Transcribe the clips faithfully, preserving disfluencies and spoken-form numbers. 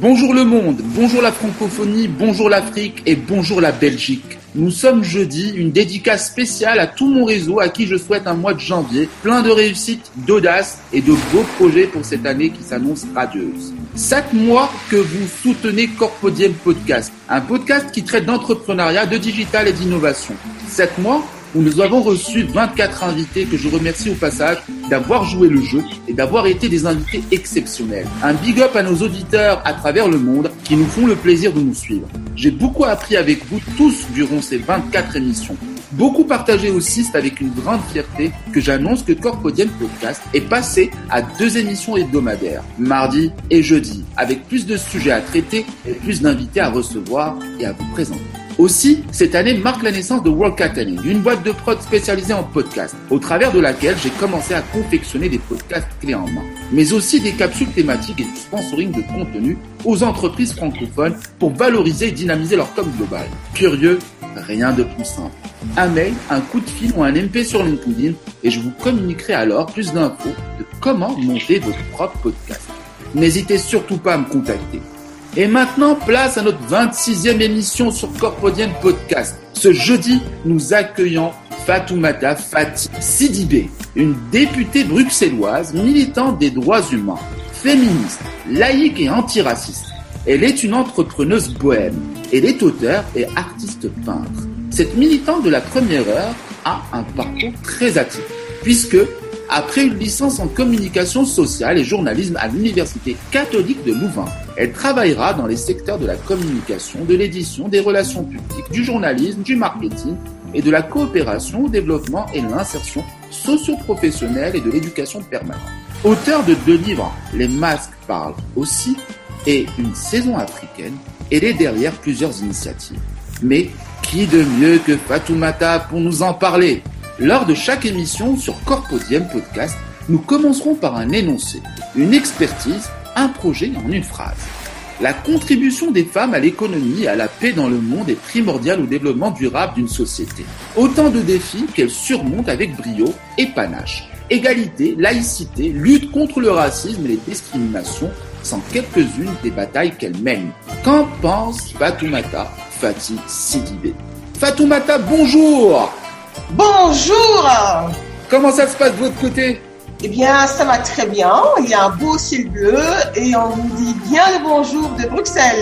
Bonjour le monde, bonjour la francophonie, bonjour l'Afrique et bonjour la Belgique. Nous sommes jeudi, une dédicace spéciale à tout mon réseau à qui je souhaite un mois de janvier plein de réussite, d'audace et de beaux projets pour cette année qui s'annonce radieuse. Sept mois que vous soutenez Corpodium Podcast, un podcast qui traite d'entrepreneuriat, de digital et d'innovation. Sept mois où nous avons reçu vingt-quatre invités que je remercie au passage d'avoir joué le jeu et d'avoir été des invités exceptionnels. Un big up à nos auditeurs à travers le monde qui nous font le plaisir de nous suivre. J'ai beaucoup appris avec vous tous durant ces vingt-quatre émissions. Beaucoup partagé aussi, c'est avec une grande fierté que j'annonce que Corpodium Podcast est passé à deux émissions hebdomadaires, mardi et jeudi, avec plus de sujets à traiter et plus d'invités à recevoir et à vous présenter. Aussi, cette année marque la naissance de World Catalyst, une boîte de prod spécialisée en podcast, au travers de laquelle j'ai commencé à confectionner des podcasts clés en main, mais aussi des capsules thématiques et du sponsoring de contenu aux entreprises francophones pour valoriser et dynamiser leur com global. Curieux, rien de plus simple. Un mail, un coup de fil ou un M P sur LinkedIn et je vous communiquerai alors plus d'infos de comment monter votre propre podcast. N'hésitez surtout pas à me contacter. Et maintenant, place à notre vingt-sixième émission sur Corpodium Podcast. Ce jeudi, nous accueillons Fatoumata Fati Sidibé, une députée bruxelloise militante des droits humains, féministe, laïque et antiraciste. Elle est une entrepreneuse bohème. Elle est auteure et artiste peintre. Cette militante de la première heure a un parcours très atypique, puisque après une licence en communication sociale et journalisme à l'Université catholique de Louvain, elle travaillera dans les secteurs de la communication, de l'édition, des relations publiques, du journalisme, du marketing et de la coopération au développement et l'insertion socio-professionnelle et de l'éducation permanente. Auteur de deux livres, Les masques parlent aussi et Une saison africaine, elle est derrière plusieurs initiatives. Mais qui de mieux que Fatoumata pour nous en parler ? Lors de chaque émission sur Corpodium Podcast, nous commencerons par un énoncé, une expertise, un projet en une phrase. La contribution des femmes à l'économie et à la paix dans le monde est primordiale au développement durable d'une société. Autant de défis qu'elle surmonte avec brio et panache. Égalité, laïcité, lutte contre le racisme et les discriminations sont quelques-unes des batailles qu'elle mène. Qu'en pense Fatoumata Fati Sidibé ? Fatoumata, bonjour! Bonjour! Comment ça se passe de votre côté? Eh bien, ça va très bien. Il y a un beau ciel bleu et on vous dit bien le bonjour de Bruxelles.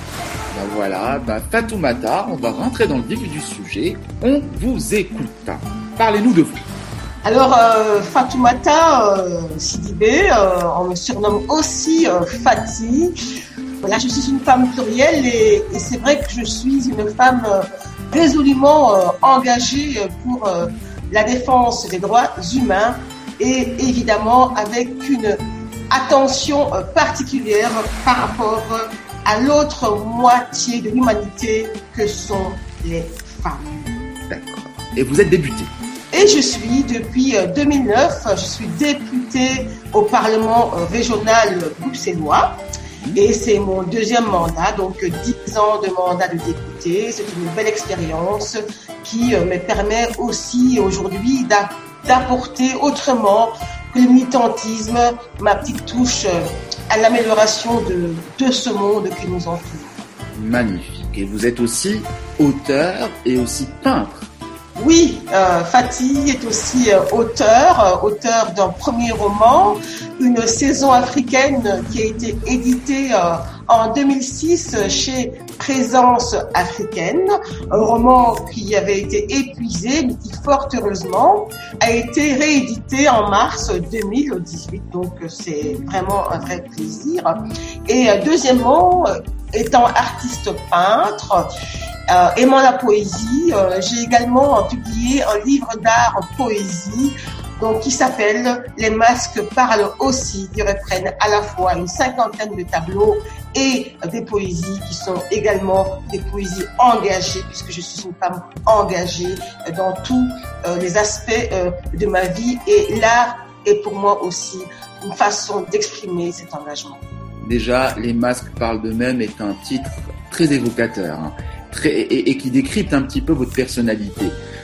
Ben voilà, ben Fatoumata, on va rentrer dans le vif du sujet. On vous écoute. Parlez-nous de vous. Alors, euh, Fatoumata euh, Sidibé, euh, on me surnomme aussi euh, Fati. Voilà, je suis une femme plurielle et, et c'est vrai que je suis une femme euh, résolument euh, engagée pour euh, la défense des droits humains et évidemment avec une attention euh, particulière par rapport euh, à l'autre moitié de l'humanité que sont les femmes. D'accord. Et vous êtes députée? Et je suis, depuis euh, deux mille neuf, je suis députée au Parlement euh, régional bruxellois. Et c'est mon deuxième mandat, donc dix ans de mandat de député. C'est une belle expérience qui me permet aussi aujourd'hui d'apporter autrement que le militantisme, ma petite touche à l'amélioration de, de ce monde qui nous entoure. Magnifique. Et vous êtes aussi auteur et aussi peintre. Oui, euh, Fati est aussi euh, auteur, euh, auteur d'un premier roman, Une saison africaine qui a été édité euh, en deux mille six chez Présence africaine, un roman qui avait été épuisé mais qui fort heureusement a été réédité en mars deux mille dix-huit, donc c'est vraiment un vrai plaisir. Et euh, deuxièmement, euh, étant artiste peintre, Euh, aimant la poésie, euh, j'ai également publié un livre d'art en poésie donc, qui s'appelle « Les masques parlent aussi », qui reprennent à la fois une cinquantaine de tableaux et des poésies qui sont également des poésies engagées, puisque je suis une femme engagée dans tous euh, les aspects euh, de ma vie. Et l'art est pour moi aussi une façon d'exprimer cet engagement. Déjà, « Les masques parlent d'eux-mêmes » est un titre très évocateur, hein. Très, et, et qui décrypte un petit peu votre personnalité.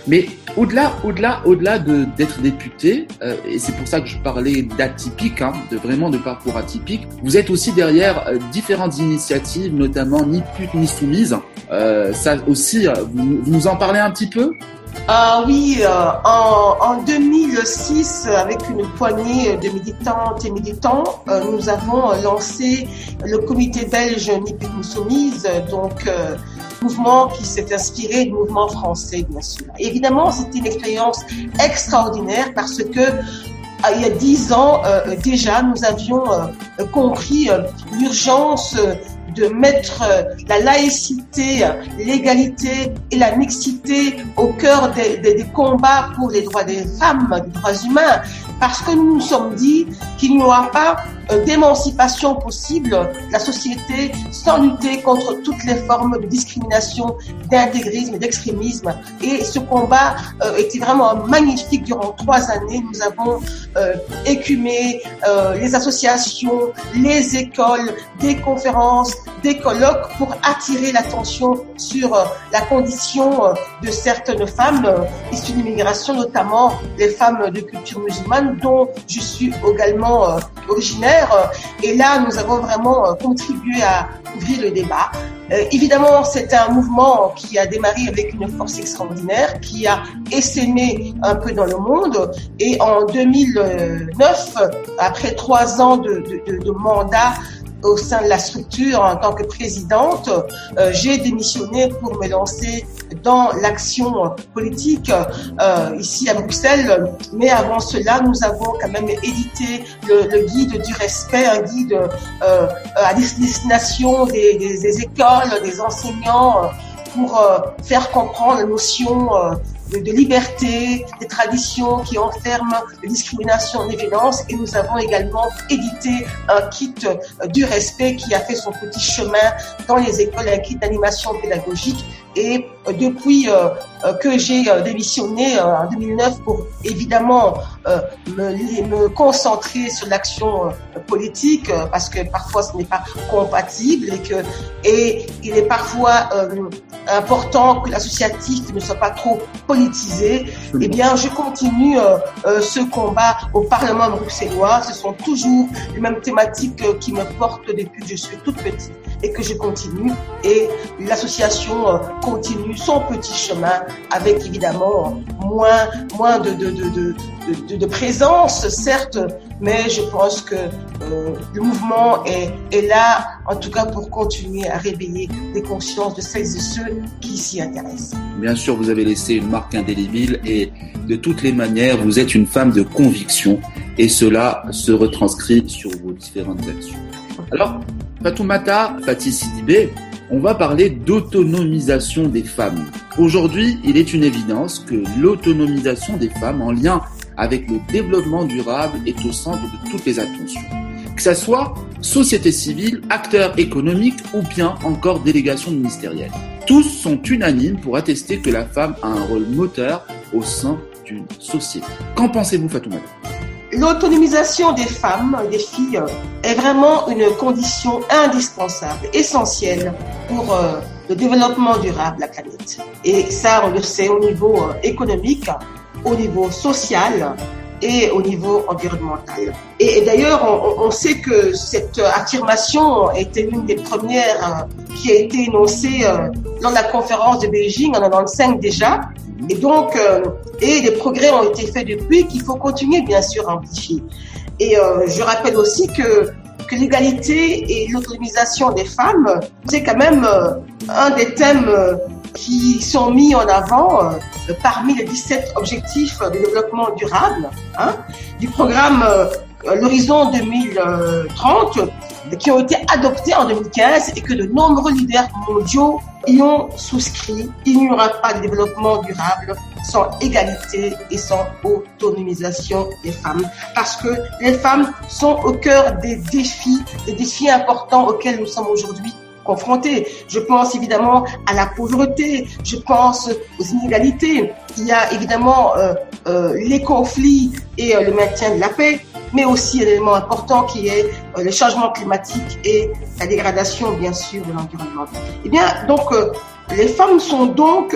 Mais au-delà, au-delà, au-delà de, d'être député, euh, et c'est pour ça que je parlais d'atypique, hein, de vraiment de parcours atypique, vous êtes aussi derrière euh, différentes initiatives, notamment Ni pute ni soumise. Euh, ça aussi, vous, vous nous en parlez un petit peu ? Ah oui, euh, en, en deux mille six, avec une poignée de militantes et militants, euh, nous avons lancé le comité belge Ni pute ni soumise, donc euh, mouvement qui s'est inspiré du mouvement français, bien sûr. Et évidemment, c'était une expérience extraordinaire parce que il y a dix ans euh, déjà, nous avions euh, compris euh, l'urgence euh, de mettre la laïcité, l'égalité et la mixité au cœur des, des, des combats pour les droits des femmes, des droits humains, parce que nous nous sommes dit qu'il n'y aura pas d'émancipation possible de la société sans lutter contre toutes les formes de discrimination, d'intégrisme et d'extrémisme. Et ce combat euh, était vraiment magnifique durant trois années. Nous avons euh, écumé euh, les associations, les écoles, des conférences, des colloques pour attirer l'attention sur euh, la condition euh, de certaines femmes euh, issues d'immigration, notamment les femmes de culture musulmane, dont je suis également euh, originaire. Et là, nous avons vraiment contribué à ouvrir le débat. Euh, évidemment, c'est un mouvement qui a démarré avec une force extraordinaire, qui a essaimé un peu dans le monde. Et en deux mille neuf, après trois ans de, de, de, de mandat au sein de la structure en tant que présidente, euh, j'ai démissionné pour me lancer dans l'action politique euh, ici à Bruxelles. Mais avant cela, nous avons quand même édité le, le guide du respect, un guide euh, à destination des, des, des écoles, des enseignants, pour euh, faire comprendre la notion euh, de, de liberté, des traditions qui enferment la discrimination et les violences. Et nous avons également édité un kit euh, du respect qui a fait son petit chemin dans les écoles, un kit d'animation pédagogique. Et euh, depuis euh, euh, que j'ai euh, démissionné euh, en deux mille neuf pour évidemment euh, me, me concentrer sur l'action euh, politique, euh, parce que parfois ce n'est pas compatible et que et il est parfois euh, important que l'associatif ne soit pas trop politisé. Eh bien, je continue euh, euh, ce combat au Parlement bruxellois. Ce sont toujours les mêmes thématiques euh, qui me portent depuis que je suis toute petite et que je continue. Et l'association euh, continue son petit chemin avec évidemment moins moins de de de de, de, de présence, certes, mais je pense que euh, le mouvement est est là, en tout cas pour continuer à réveiller les consciences de celles et ceux qui s'y intéressent. Bien sûr, vous avez laissé une marque indélébile et de toutes les manières, vous êtes une femme de conviction et cela se retranscrit sur vos différentes actions. Alors, Fatoumata Fati Sidibé, on va parler d'autonomisation des femmes. Aujourd'hui, il est une évidence que l'autonomisation des femmes en lien avec le développement durable est au centre de toutes les attentions. Que ça soit société civile, acteurs économiques ou bien encore délégation ministérielle. Tous sont unanimes pour attester que la femme a un rôle moteur au sein d'une société. Qu'en pensez-vous, Fatoumata ? L'autonomisation des femmes, des filles, est vraiment une condition indispensable, essentielle pour euh, le développement durable de la planète. Et ça, on le sait au niveau euh, économique, au niveau social et au niveau environnemental. Et, et d'ailleurs, on, on sait que cette affirmation était l'une des premières euh, qui a été énoncée euh, lors de la conférence de Beijing en quatre-vingt-quinze déjà. Et donc, euh, et des progrès ont été faits depuis qu'il faut continuer, bien sûr, à amplifier. Et euh, je rappelle aussi que, que l'égalité et l'autonomisation des femmes, c'est quand même euh, un des thèmes euh, qui sont mis en avant euh, parmi les dix-sept objectifs de développement durable, hein, du programme euh, l'Horizon deux mille trente, qui ont été adoptés en deux mille quinze et que de nombreux leaders mondiaux y ont souscrit. Il n'y aura pas de développement durable sans égalité et sans autonomisation des femmes, parce que les femmes sont au cœur des défis, des défis importants auxquels nous sommes aujourd'hui confrontés. Je pense évidemment à la pauvreté, je pense aux inégalités. Il y a évidemment euh, euh, les conflits et euh, le maintien de la paix, mais aussi un élément important qui est euh, le changement climatique et la dégradation, bien sûr, de l'environnement. Eh bien, donc, euh, les femmes sont donc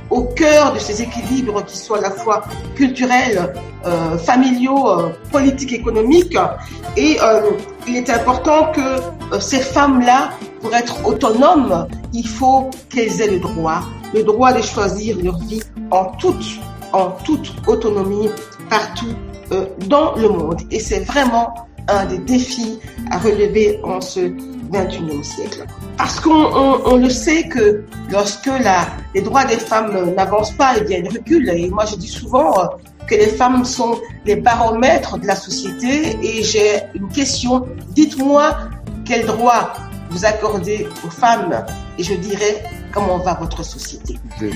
au cœur de ces équilibres qui soient à la fois culturels, euh, familiaux, euh, politiques, économiques. Et euh, il est important que euh, ces femmes-là, pour être autonomes, il faut qu'elles aient le droit, le droit de choisir leur vie en toute, en toute autonomie partout euh, dans le monde. Et c'est vraiment un des défis à relever en ce vingt et unième siècle. Parce qu'on on, on le sait que lorsque la, les droits des femmes n'avancent pas, eh bien, ils reculent. Et moi, je dis souvent euh, que les femmes sont les baromètres de la société. Et j'ai une question. Dites-moi quel droit vous accordez aux femmes et je dirai comment va votre société.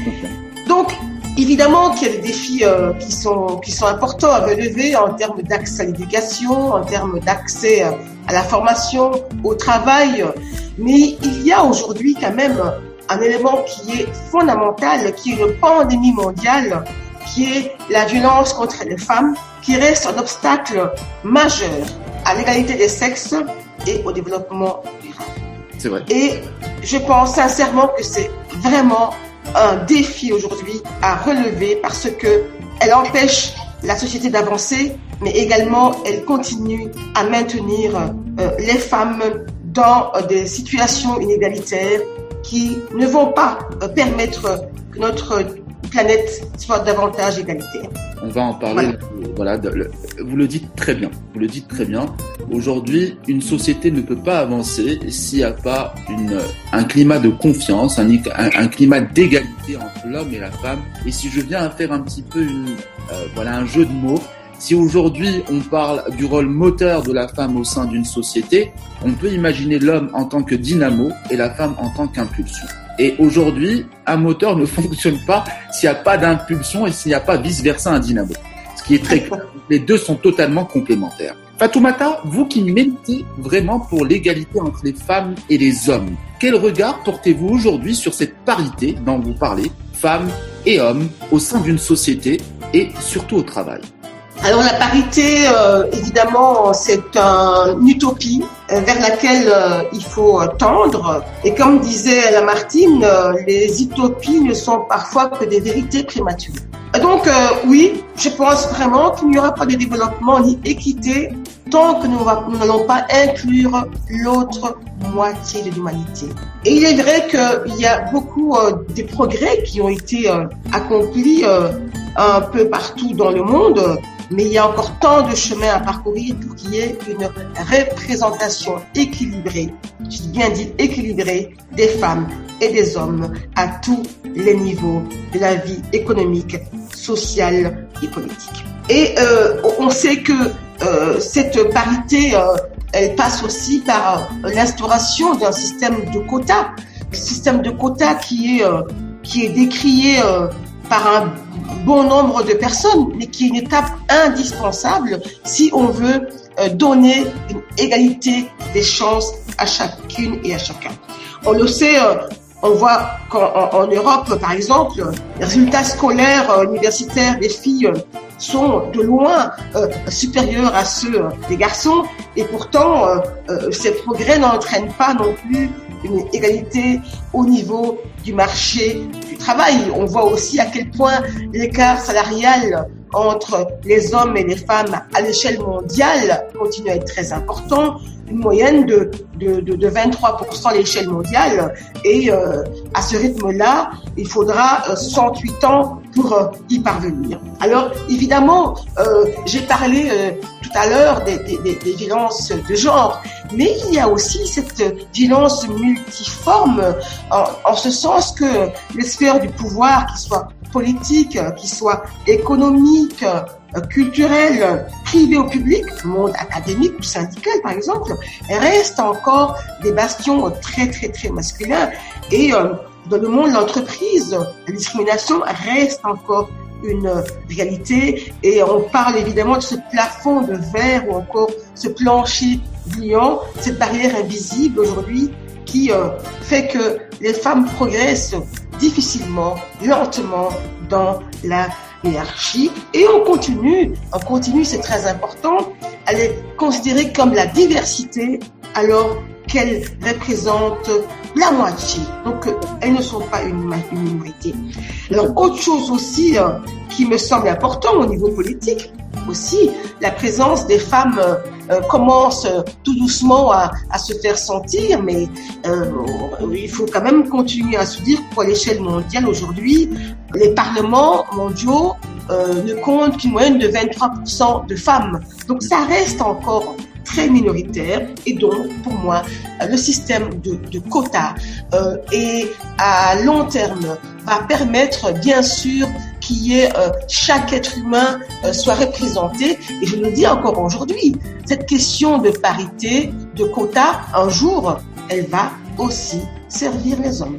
Donc, évidemment qu'il y a des défis euh, qui sont qui sont importants à relever en termes d'accès à l'éducation, en termes d'accès à la formation, au travail. Mais il y a aujourd'hui quand même un élément qui est fondamental, qui est une pandémie mondiale, qui est la violence contre les femmes, qui reste un obstacle majeur à l'égalité des sexes et au développement durable. C'est vrai. Et je pense sincèrement que c'est vraiment un défi aujourd'hui à relever parce que elle empêche la société d'avancer, mais également elle continue à maintenir euh, les femmes dans euh, des situations inégalitaires qui ne vont pas euh, permettre que notre planète soit davantage égalitaire. On va en parler. Voilà, de, le, vous le dites très bien. Vous le dites très bien. Aujourd'hui, une société ne peut pas avancer s'il n'y a pas une, un climat de confiance, un, un, un climat d'égalité entre l'homme et la femme. Et si je viens à faire un petit peu une, euh, voilà, un jeu de mots, si aujourd'hui on parle du rôle moteur de la femme au sein d'une société, on peut imaginer l'homme en tant que dynamo et la femme en tant qu'impulsion. Et aujourd'hui, un moteur ne fonctionne pas s'il n'y a pas d'impulsion et s'il n'y a pas vice-versa un dynamo. Ce qui est très clair. Les deux sont totalement complémentaires. Fatoumata, vous qui militez vraiment pour l'égalité entre les femmes et les hommes, quel regard portez-vous aujourd'hui sur cette parité dont vous parlez, femmes et hommes, au sein d'une société et surtout au travail? Alors la parité, euh, évidemment, c'est un, une utopie euh, vers laquelle euh, il faut euh, tendre. Et comme disait Lamartine, euh, les utopies ne sont parfois que des vérités prématurées. Donc euh, oui, je pense vraiment qu'il n'y aura pas de développement ni équité tant que nous n'allons pas inclure l'autre moitié de l'humanité. Et il est vrai qu'il y a beaucoup euh, de progrès qui ont été euh, accomplis euh, un peu partout dans le monde, mais il y a encore tant de chemin à parcourir pour qu'il y ait une représentation équilibrée, je dis bien dit équilibrée, des femmes et des hommes à tous les niveaux de la vie économique, sociale et politique. Et euh, on sait que euh, cette parité, euh, elle passe aussi par euh, l'instauration d'un système de quotas, un système de quotas qui est, euh, qui est décrié euh, par un bon nombre de personnes, mais qui est une étape indispensable si on veut euh, donner une égalité des chances à chacune et à chacun. On le sait, euh, on voit qu'en en Europe, par exemple, les résultats scolaires euh, universitaires des filles euh, sont de loin euh, supérieurs à ceux euh, des garçons, et pourtant, euh, euh, ces progrès n'entraînent pas non plus une égalité au niveau du marché du travail. On voit aussi à quel point l'écart salarial entre les hommes et les femmes à l'échelle mondiale continue à être très important. Une moyenne de, de, de, de vingt-trois pour cent à l'échelle mondiale. Et euh, à ce rythme-là, il faudra euh, soixante-huit ans pour euh, y parvenir. Alors, évidemment, euh, j'ai parlé euh, tout à l'heure des, des, des violences de genre, mais il y a aussi cette violence multiforme, en, en ce sens que les sphères du pouvoir, qui soient politiques, qui soient économiques, culturelles, privées ou publiques, le monde académique ou syndical par exemple, restent encore des bastions très très très masculins. Et euh, dans le monde de l'entreprise, la discrimination reste encore une réalité, et on parle évidemment de ce plafond de verre ou encore ce plancher brillant, cette barrière invisible aujourd'hui qui euh, fait que les femmes progressent difficilement, lentement dans la hiérarchie, et on continue, on continue, c'est très important, à les considérer comme la diversité alors qu'elle représente la moitié. Donc, euh, elles ne sont pas une, une minorité. Alors, autre chose aussi euh, qui me semble important au niveau politique, aussi, la présence des femmes euh, commence euh, tout doucement à, à se faire sentir, mais euh, il faut quand même continuer à se dire qu'à l'échelle mondiale aujourd'hui, les parlements mondiaux euh, ne comptent qu'une moyenne de vingt-trois pour cent de femmes. Donc ça reste encore très minoritaire, et donc pour moi le système de, de quotas euh, et à long terme va permettre bien sûr qu'il y ait euh, chaque être humain euh, soit représenté, et je le dis encore aujourd'hui, cette question de parité, de quotas, un jour elle va aussi servir les hommes.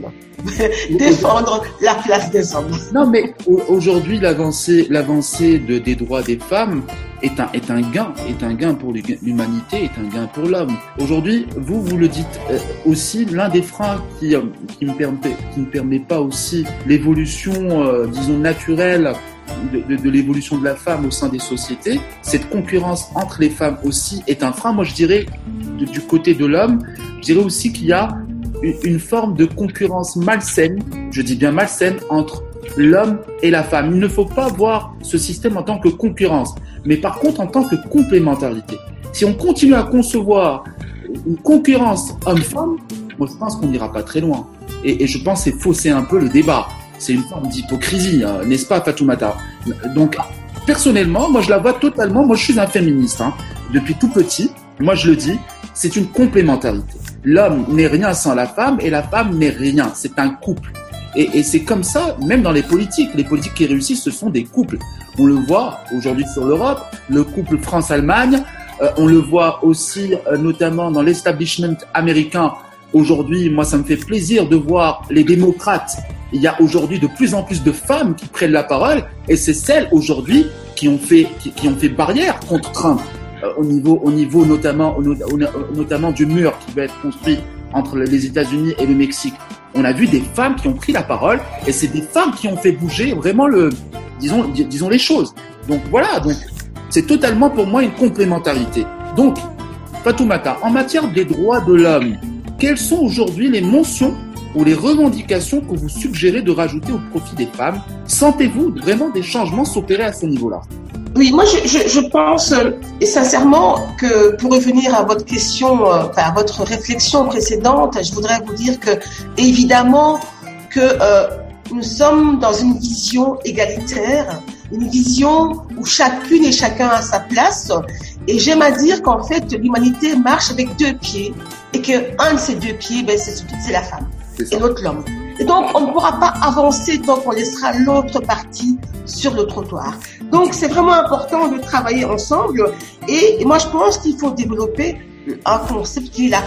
Défendre la place des hommes. Non, mais aujourd'hui, l'avancée, l'avancée de, des droits des femmes est un, est un gain, est un gain pour l'humanité, est un gain pour l'homme. Aujourd'hui, vous, vous le dites euh, aussi, l'un des freins qui, euh, qui, me permet, qui ne permet pas aussi l'évolution, euh, disons, naturelle de, de, de l'évolution de la femme au sein des sociétés, cette concurrence entre les femmes aussi est un frein. Moi, je dirais, de, du côté de l'homme, je dirais aussi qu'il y a une forme de concurrence malsaine, je dis bien malsaine, entre l'homme et la femme. Il ne faut pas voir ce système en tant que concurrence, mais par contre en tant que complémentarité. Si on continue à concevoir une concurrence homme-femme, moi je pense qu'on n'ira pas très loin. Et, et je pense que c'est fausser un peu le débat. C'est une forme d'hypocrisie, hein, n'est-ce pas, Fatoumata? Donc, personnellement, moi je la vois totalement, moi je suis un féministe, hein, depuis tout petit, moi je le dis, c'est une complémentarité. L'homme n'est rien sans la femme et la femme n'est rien. C'est un couple. Et, et c'est comme ça, même dans les politiques. Les politiques qui réussissent, ce sont des couples. On le voit aujourd'hui sur l'Europe, le couple France-Allemagne. Euh, on le voit aussi euh, notamment dans l'establishment américain. Aujourd'hui, moi, ça me fait plaisir de voir les démocrates. Il y a aujourd'hui de plus en plus de femmes qui prennent la parole, et c'est celles aujourd'hui qui ont fait, qui, qui ont fait barrière contre Trump. Au niveau, au niveau notamment, au, au, notamment du mur qui va être construit entre les États-Unis et le Mexique. On a vu des femmes qui ont pris la parole, et c'est des femmes qui ont fait bouger vraiment le, disons, disons les choses. Donc voilà, donc c'est totalement pour moi une complémentarité. Donc, Fatoumata, en matière des droits de l'homme, quelles sont aujourd'hui les mentions ou les revendications que vous suggérez de rajouter au profit des femmes? Sentez-vous vraiment des changements s'opérer à ce niveau-là? Oui, moi je, je, je pense euh, et sincèrement que pour revenir à votre question, euh, enfin, à votre réflexion précédente, je voudrais vous dire que évidemment que euh, nous sommes dans une vision égalitaire, une vision où chacune et chacun a sa place, et j'aime à dire qu'en fait l'humanité marche avec deux pieds, et qu'un de ces deux pieds, ben, c'est, c'est la femme et l'autre l'homme. Et donc, on ne pourra pas avancer tant qu'on laissera l'autre partie sur le trottoir. Donc, c'est vraiment important de travailler ensemble. Et, et moi, je pense qu'il faut développer un concept qui est la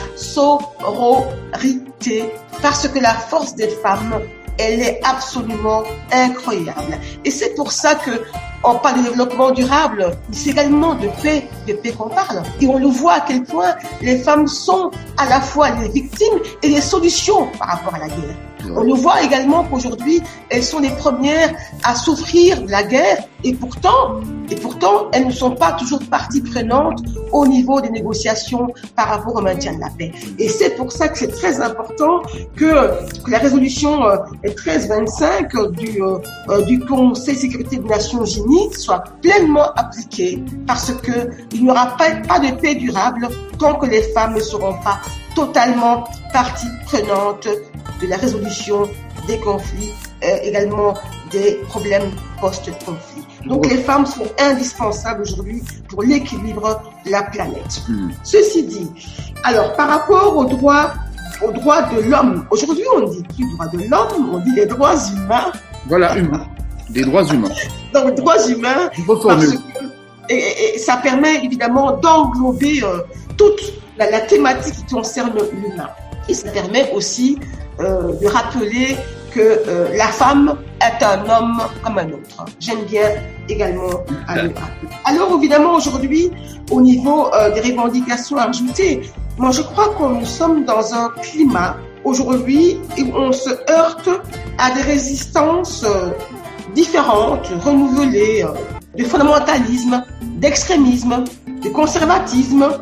sororité, parce que la force des femmes, elle est absolument incroyable. Et c'est pour ça que on parle de développement durable, c'est également de paix, de paix qu'on parle. Et on le voit à quel point les femmes sont à la fois les victimes et les solutions par rapport à la guerre. On le voit également qu'aujourd'hui, elles sont les premières à souffrir de la guerre, et pourtant, et pourtant, elles ne sont pas toujours partie prenante au niveau des négociations par rapport au maintien de la paix. Et c'est pour ça que c'est très important que, que la résolution euh, treize vingt-cinq du, euh, du Conseil de sécurité des Nations Unies soit pleinement appliquée, parce que il n'y aura pas, pas de paix durable tant que les femmes ne seront pas totalement partie prenante de la résolution des conflits, euh, également des problèmes post-conflit. Donc les femmes sont indispensables aujourd'hui pour l'équilibre de la planète. Mmh. Ceci dit, alors par rapport aux droits, aux droits de l'homme, aujourd'hui on ne dit plus droits de l'homme, on dit les droits humains. Voilà, humains. Des droits humains. Donc droits humains, parce que, et, et ça permet évidemment d'englober euh, toute la, la thématique qui concerne l'humain. Et ça permet aussi euh, de rappeler que euh, la femme est un homme comme un autre. J'aime bien également à le rappeler. Alors évidemment aujourd'hui, au niveau euh, des revendications ajoutées, moi je crois que nous sommes dans un climat aujourd'hui où on se heurte à des résistances euh, différentes, renouvelées, euh, de fondamentalisme, d'extrémisme, de conservatisme.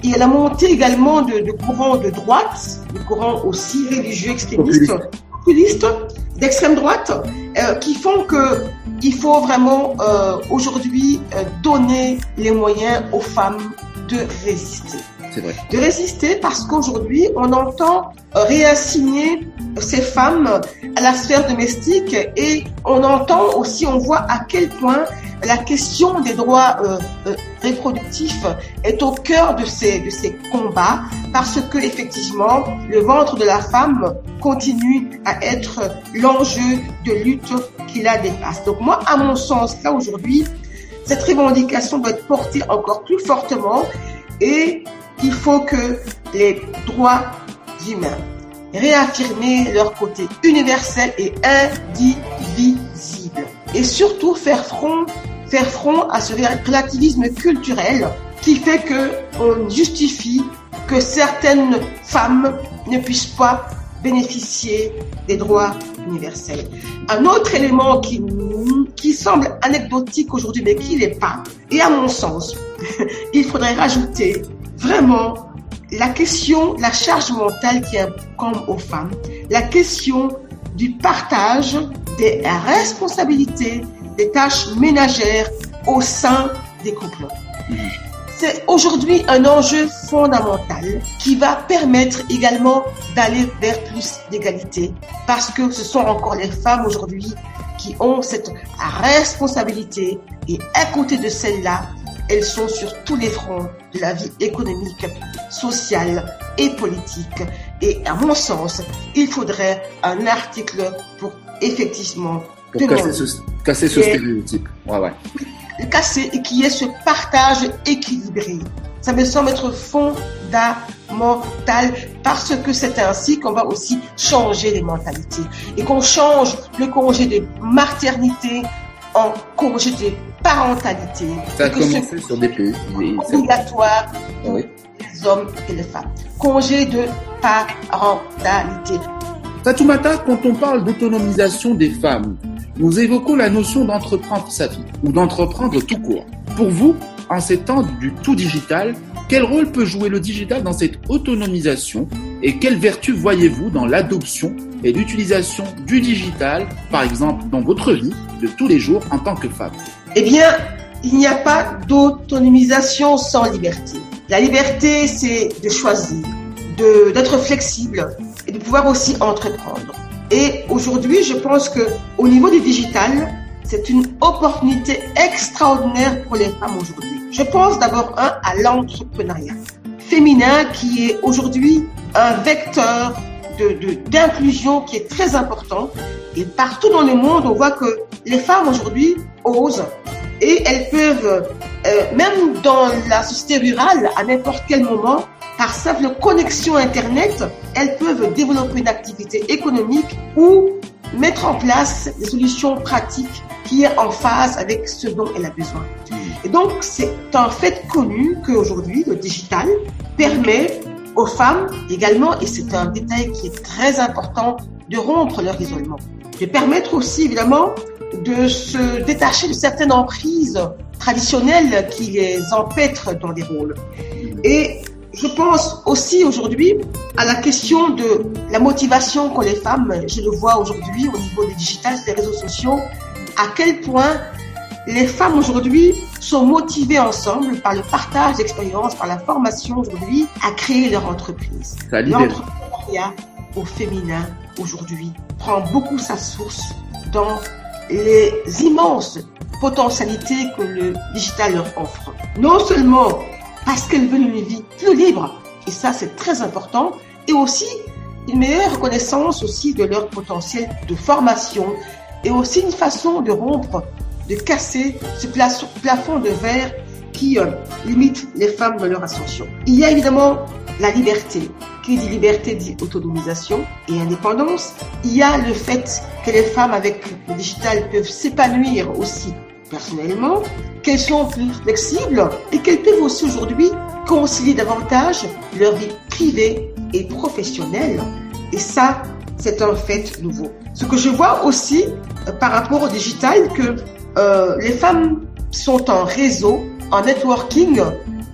il y a la montée également de, de courants de droite, de courants aussi religieux extrémistes, populistes, d'extrême droite, euh, qui font que il faut vraiment euh, aujourd'hui euh, donner les moyens aux femmes de résister. C'est vrai. De résister parce qu'aujourd'hui, on entend réassigner ces femmes à la sphère domestique et on entend aussi, on voit à quel point la question des droits euh, euh, reproductifs est au cœur de ces, de ces combats parce que effectivement, le ventre de la femme continue à être l'enjeu de lutte qui la dépasse. Donc moi, à mon sens, là aujourd'hui, cette revendication doit être portée encore plus fortement et il faut que les droits humains réaffirmer leur côté universel et indivisible et surtout faire front, faire front à ce relativisme culturel qui fait que on justifie que certaines femmes ne puissent pas bénéficier des droits universels. Un autre élément qui, qui semble anecdotique aujourd'hui mais qui l'est pas, et à mon sens, il faudrait rajouter vraiment la question, la charge mentale qui incombe aux femmes, la question du partage des responsabilités, des tâches ménagères au sein des couples. C'est aujourd'hui un enjeu fondamental qui va permettre également d'aller vers plus d'égalité parce que ce sont encore les femmes aujourd'hui qui ont cette responsabilité et à côté de celle-là, elles sont sur tous les fronts de la vie économique, sociale et politique. Et à mon sens, il faudrait un article pour effectivement pour casser ce, casser ce stéréotype. Ouais, ouais. Casser et qu'il y ait ce partage équilibré. Ça me semble être fondamental parce que c'est ainsi qu'on va aussi changer les mentalités et qu'on change le congé de maternité en congé de parentalité. Ça a commencé sur des pays. Obligatoire pour oui. les hommes et les femmes. Congé de parentalité. Fatoumata, quand on parle d'autonomisation des femmes, nous évoquons la notion d'entreprendre sa vie ou d'entreprendre tout court. Pour vous, en ces temps du tout digital, quel rôle peut jouer le digital dans cette autonomisation et quelles vertus voyez-vous dans l'adoption et l'utilisation du digital, par exemple dans votre vie de tous les jours en tant que femme? Eh bien, il n'y a pas d'autonomisation sans liberté. La liberté, c'est de choisir, de, d'être flexible et de pouvoir aussi entreprendre. Et aujourd'hui, je pense que au niveau du digital, c'est une opportunité extraordinaire pour les femmes aujourd'hui. Je pense d'abord un à l'entrepreneuriat féminin qui est aujourd'hui un vecteur de, de, d'inclusion qui est très important. Et partout dans le monde, on voit que les femmes aujourd'hui osent et elles peuvent, euh, même dans la société rurale, à n'importe quel moment, par simple connexion Internet, elles peuvent développer une activité économique ou mettre en place des solutions pratiques qui est en phase avec ce dont elle a besoin. Et donc, c'est un fait connu qu'aujourd'hui, le digital permet aux femmes également, et c'est un détail qui est très important, de rompre leur isolement. De permettre aussi, évidemment, de se détacher de certaines emprises traditionnelles qui les empêtrent dans des rôles. Et je pense aussi aujourd'hui à la question de la motivation qu'ont les femmes. Je le vois aujourd'hui au niveau du digital, des réseaux sociaux, à quel point les femmes aujourd'hui sont motivées ensemble par le partage d'expériences, par la formation aujourd'hui, à créer leur entreprise. L'entrepreneuriat au féminin aujourd'hui prend beaucoup sa source dans les immenses potentialités que le digital leur offre. Non seulement parce qu'elles veulent une vie plus libre, et ça c'est très important, et aussi une meilleure reconnaissance aussi de leur potentiel de formation, et aussi une façon de rompre, de casser ce plafond de verre qui euh, limite les femmes dans leur ascension. Il y a évidemment la liberté. Qui dit liberté dit autonomisation et indépendance. Il y a le fait que les femmes avec le digital peuvent s'épanouir aussi personnellement, qu'elles sont plus flexibles et qu'elles peuvent aussi aujourd'hui concilier davantage leur vie privée et professionnelle. Et ça, c'est un fait nouveau. Ce que je vois aussi euh, par rapport au digital, que euh, les femmes sont en réseau, en networking,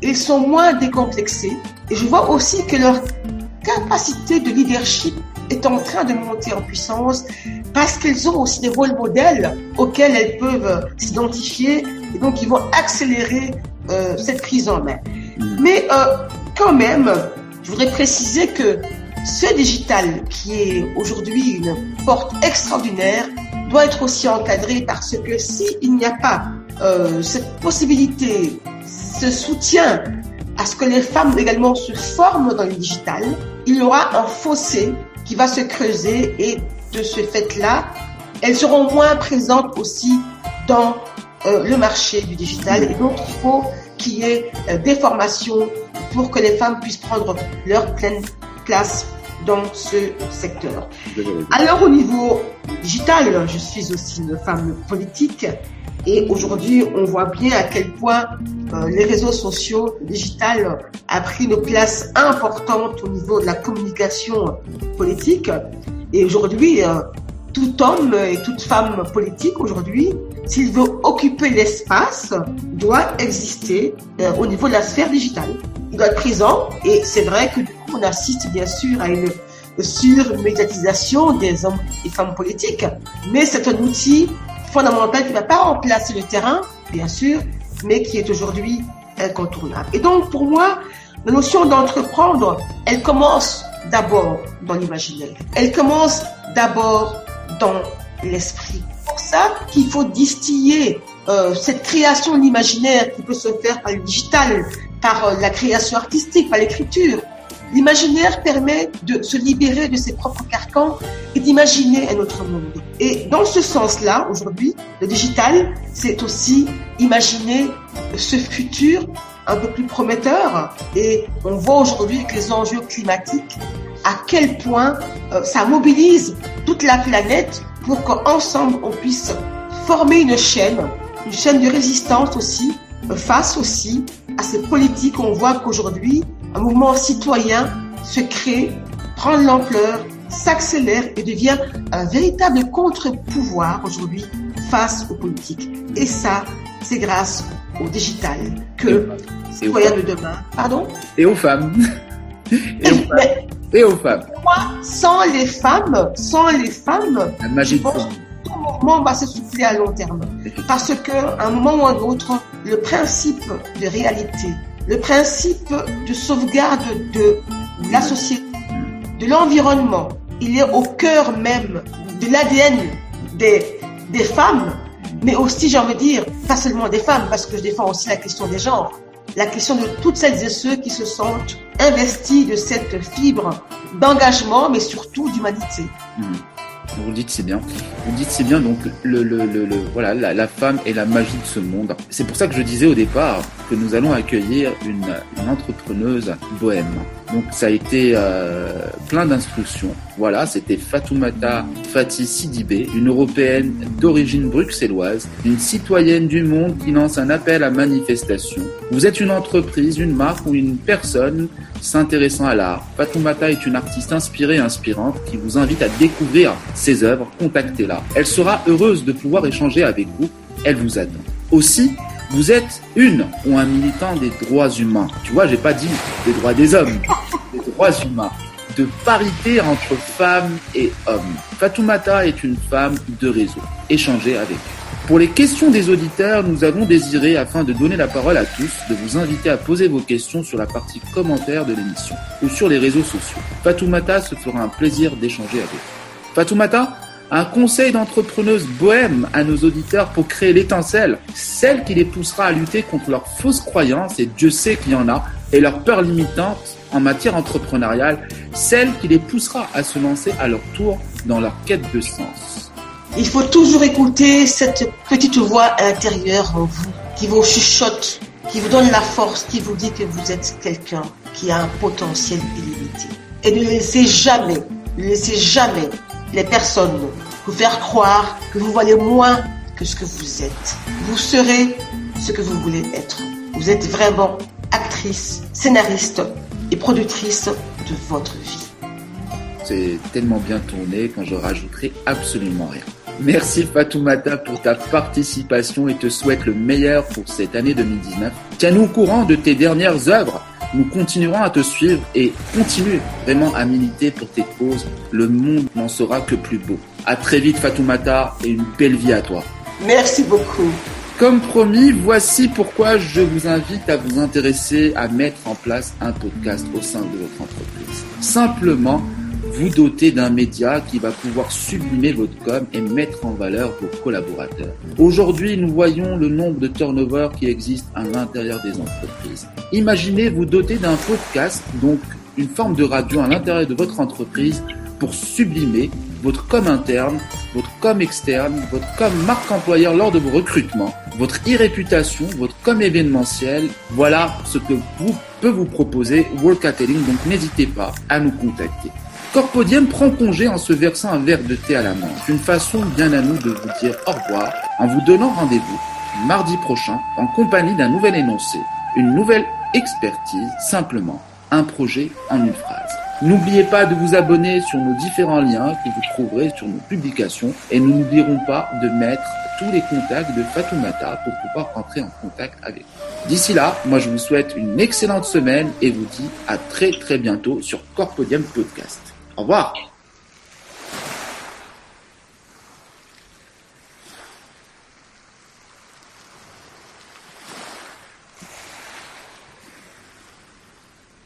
ils sont moins décomplexés. Et je vois aussi que leur capacité de leadership est en train de monter en puissance parce qu'elles ont aussi des rôles modèles auxquels elles peuvent s'identifier et donc ils vont accélérer euh, cette prise en main. Mais euh, quand même, je voudrais préciser que ce digital qui est aujourd'hui une porte extraordinaire doit être aussi encadré parce que s'il n'y a pas euh, cette possibilité, ce soutien à ce que les femmes également se forment dans le digital, il y aura un fossé qui va se creuser et de ce fait-là, elles seront moins présentes aussi dans euh, le marché du digital. Et donc, il faut qu'il y ait euh, des formations pour que les femmes puissent prendre leur pleine place dans ce secteur. Alors, au niveau digital, je suis aussi une femme politique. Et aujourd'hui, on voit bien à quel point euh, les réseaux sociaux digital a pris une place importante au niveau de la communication politique. Et aujourd'hui, euh, tout homme et toute femme politique aujourd'hui, s'il veut occuper l'espace, doit exister euh, au niveau de la sphère digitale. Il doit être présent. Et c'est vrai que du coup, on assiste bien sûr à une surmédiatisation des hommes et femmes politiques. Mais c'est un outil fondamental qui ne va pas remplacer le terrain, bien sûr, mais qui est aujourd'hui incontournable. Et donc, pour moi, la notion d'entreprendre, elle commence d'abord dans l'imaginaire. Elle commence d'abord dans l'esprit. C'est pour ça qu'il faut distiller euh, cette création de l'imaginaire qui peut se faire par le digital, par euh, la création artistique, par l'écriture. L'imaginaire permet de se libérer de ses propres carcans et d'imaginer un autre monde. Et dans ce sens-là, aujourd'hui, le digital, c'est aussi imaginer ce futur un peu plus prometteur. Et on voit aujourd'hui avec les enjeux climatiques à quel point euh, ça mobilise toute la planète pour qu'ensemble on puisse former une chaîne, une chaîne de résistance aussi, euh, face aussi à ces politiques. On voit qu'aujourd'hui, un mouvement citoyen se crée, prend de l'ampleur, s'accélère et devient un véritable contre-pouvoir aujourd'hui face aux politiques. Et ça, c'est grâce au digital que les citoyens de demain... Pardon ? Et aux femmes. Et aux femmes. Mais, et aux femmes. Moi, sans les femmes, sans les femmes, la magie je pense que tout mouvement va s'essouffler à long terme. Parce qu'à un moment ou à un autre, le principe de réalité, le principe de sauvegarde de la société, de l'environnement, il est au cœur même de l'A D N des, des femmes, mais aussi, j'ai envie de dire, pas seulement des femmes, parce que je défends aussi la question des genres, la question de toutes celles et ceux qui se sentent investis de cette fibre d'engagement, mais surtout d'humanité. Mmh. Vous le dites, c'est bien. Vous le dites, c'est bien. Donc, le, le, le, le voilà, la, la femme est la magie de ce monde. C'est pour ça que je disais au départ que nous allons accueillir une, une entrepreneuse bohème. Donc, ça a été euh, plein d'instructions. Voilà, c'était Fatoumata Fati Sidibé, une Européenne d'origine bruxelloise, une citoyenne du monde qui lance un appel à manifestation. Vous êtes une entreprise, une marque ou une personne s'intéressant à l'art. Fatoumata est une artiste inspirée et inspirante qui vous invite à découvrir ses œuvres. Contactez-la. Elle sera heureuse de pouvoir échanger avec vous. Elle vous attend. Aussi, vous êtes une ou un militant des droits humains. Tu vois, j'ai pas dit des droits des hommes, des droits humains, de parité entre femmes et hommes. Fatoumata est une femme de réseau. Échangez avec elle. Pour les questions des auditeurs, nous avons désiré, afin de donner la parole à tous, de vous inviter à poser vos questions sur la partie commentaires de l'émission ou sur les réseaux sociaux. Fatoumata se fera un plaisir d'échanger avec vous. Fatoumata, un conseil d'entrepreneuse bohème à nos auditeurs pour créer l'étincelle, celle qui les poussera à lutter contre leurs fausses croyances, et Dieu sait qu'il y en a, et leurs peurs limitantes en matière entrepreneuriale, celle qui les poussera à se lancer à leur tour dans leur quête de sens. Il faut toujours écouter cette petite voix intérieure en vous, qui vous chuchote, qui vous donne la force, qui vous dit que vous êtes quelqu'un qui a un potentiel illimité. Et ne laissez jamais, ne laissez jamais les personnes vous faire croire que vous valez moins que ce que vous êtes. Vous serez ce que vous voulez être. Vous êtes vraiment actrice, scénariste et productrice de votre vie. C'est tellement bien tourné quand je rajouterai absolument rien. Merci Fatoumata pour ta participation et te souhaite le meilleur pour cette année deux mille dix-neuf. Tiens-nous au courant de tes dernières œuvres. Nous continuerons à te suivre et continue vraiment à militer pour tes causes. Le monde n'en sera que plus beau. À très vite Fatoumata et une belle vie à toi. Merci beaucoup. Comme promis, voici pourquoi je vous invite à vous intéresser à mettre en place un podcast au sein de votre entreprise. Simplement, vous doter d'un média qui va pouvoir sublimer votre com et mettre en valeur vos collaborateurs. Aujourd'hui, nous voyons le nombre de turnover qui existe à l'intérieur des entreprises. Imaginez vous doter d'un podcast, donc une forme de radio à l'intérieur de votre entreprise pour sublimer votre com interne, votre com externe, votre com marque employeur lors de vos recrutements, votre e-réputation, votre com événementiel. Voilà ce que vous peut vous proposer Workatelling, donc n'hésitez pas à nous contacter. Corpodium prend congé en se versant un verre de thé à la main. C'est une façon bien à nous de vous dire au revoir en vous donnant rendez-vous mardi prochain en compagnie d'un nouvel énoncé, une nouvelle expertise, simplement un projet en une phrase. N'oubliez pas de vous abonner sur nos différents liens que vous trouverez sur nos publications et nous n'oublierons pas de mettre tous les contacts de Fatoumata pour pouvoir entrer en contact avec vous. D'ici là, moi je vous souhaite une excellente semaine et vous dis à très très bientôt sur Corpodium Podcast. Au revoir.